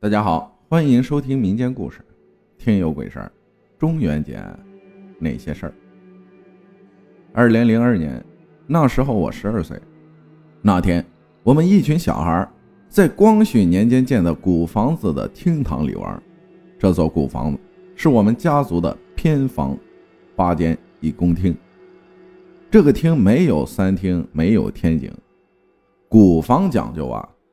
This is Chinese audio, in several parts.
大家好，欢迎收听民间故事，听有鬼事儿，中元节那些事儿。2002年，那时候我12岁。那天，我们一群小孩在光绪年间建的古房子的厅堂里玩。这座古房子是我们家族的偏房，8间一公厅。这个厅没有三厅，没有天井。古房讲究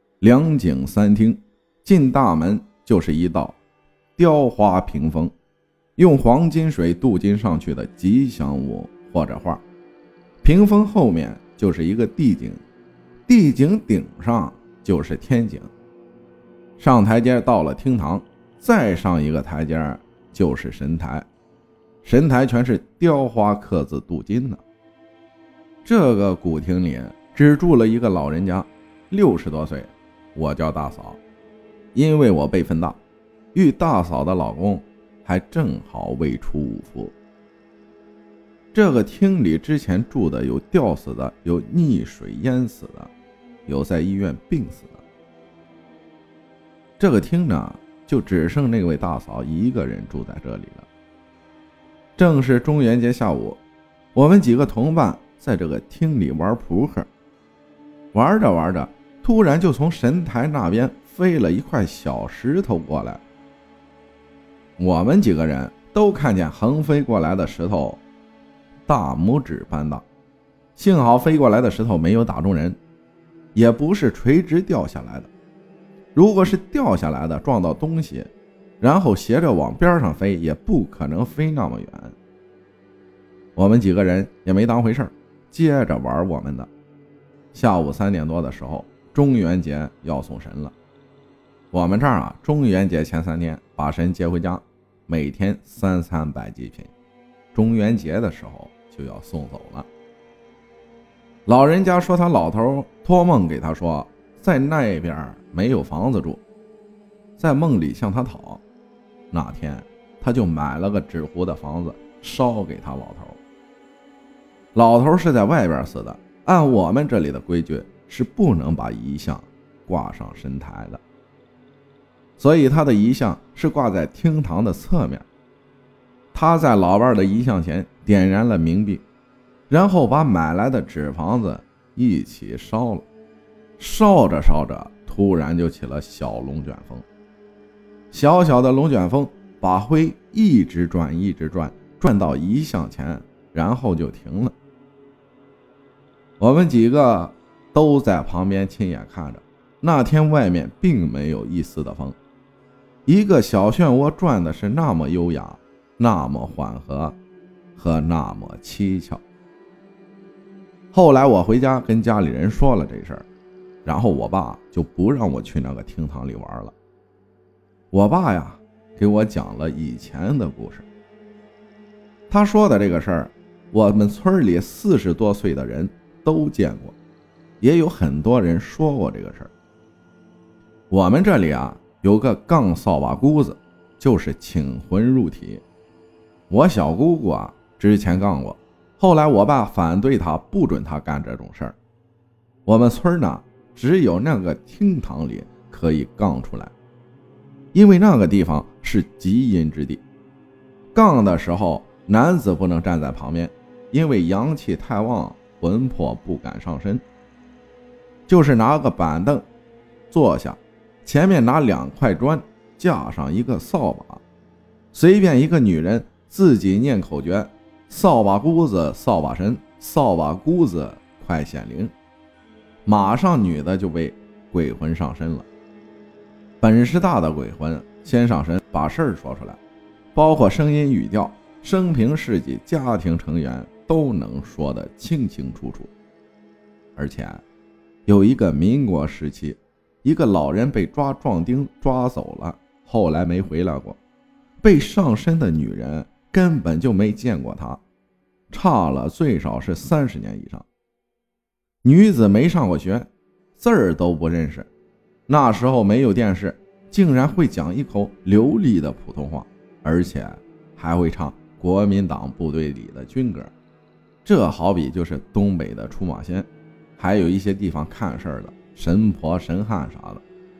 2井3厅，进大门就是一道雕花屏风，用黄金水镀金上去的吉祥物或者画。屏风后面就是一个地井，地井顶上就是天井。上台阶到了厅堂，再上一个台阶就是神台，神台全是雕花刻字镀金的。这个古厅里只住了一个老人家，60多岁，我叫大嫂。因为我辈分大，与大嫂的老公还正好未出5服。这个厅里之前住的有吊死的，有溺水淹死的，有在医院病死的。这个厅呢，就只剩那位大嫂一个人住在这里了。正是中元节下午，我们几个同伴在这个厅里玩扑克，玩着玩着，突然就从神台那边飞了一块小石头过来。我们几个人都看见横飞过来的石头大拇指般大，幸好飞过来的石头没有打中人，也不是垂直掉下来的。如果是掉下来的撞到东西，然后斜着往边上飞，也不可能飞那么远。我们几个人也没当回事，接着玩我们的。下午3点多的时候，中元节要送神了。我们这儿中元节前3天把神接回家，每天3摆祭品，中元节的时候就要送走了。老人家说他老头托梦给他说，在那边没有房子住，在梦里向他讨。那天他就买了个纸糊的房子烧给他老头。老头是在外边死的，按我们这里的规矩是不能把遗像挂上神台的，所以他的遗像是挂在厅堂的侧面。他在老伴的遗像前点燃了冥币，然后把买来的纸房子一起烧了。烧着烧着，突然就起了小龙卷风。小小的龙卷风把灰一直转一直转，转到遗像前，然后就停了。我们几个都在旁边亲眼看着，那天外面并没有一丝的风，一个小漩涡转的是那么优雅，那么缓和和那么蹊跷。后来我回家跟家里人说了这事儿，然后我爸就不让我去那个厅堂里玩了。我爸给我讲了以前的故事。他说的这个事儿，我们村里40多岁的人都见过，也有很多人说过这个事儿。我们这里有个杠扫把姑子，就是请魂入体。我小姑姑之前杠过，后来我爸反对他，不准他干这种事儿。我们村只有那个厅堂里可以杠出来，因为那个地方是极阴之地。杠的时候，男子不能站在旁边，因为阳气太旺，魂魄不敢上身。就是拿个板凳坐下，前面拿2块砖，架上一个扫把，随便一个女人自己念口诀，扫把姑子扫把神，扫把姑子快显灵，马上女的就被鬼魂上身了。本事大的鬼魂先上身，把事儿说出来，包括声音语调、生平事迹、家庭成员都能说得清清楚楚。而且有一个民国时期，一个老人被抓壮丁抓走了，后来没回来过。被上身的女人根本就没见过他，差了最少是30年以上。女子没上过学，字儿都不认识，那时候没有电视，竟然会讲一口流利的普通话，而且还会唱国民党部队里的军歌。这好比就是东北的出马仙，还有一些地方看事儿的神婆神汉啥的。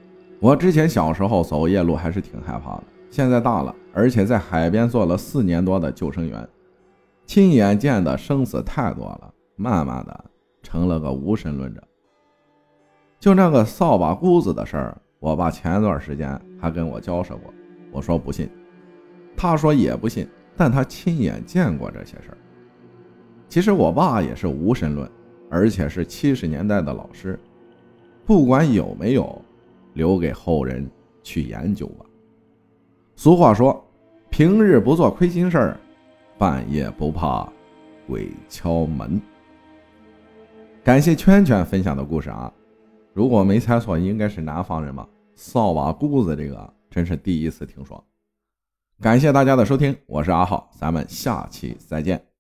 我之前小时候走夜路还是挺害怕的，现在大了，而且在海边做了4年多的救生员，亲眼见的生死太多了，慢慢的成了个无神论者。就那个扫把姑子的事儿，我爸前段时间还跟我交涉过，我说不信，他说也不信，但他亲眼见过这些事儿。其实我爸也是无神论，而且是70年代的老师，不管有没有，留给后人去研究吧。俗话说，平日不做亏心事儿，半夜不怕鬼敲门。感谢圈圈分享的故事啊，如果没猜错，应该是南方人吧。扫把姑子这个真是第一次听说。感谢大家的收听，我是阿浩，咱们下期再见。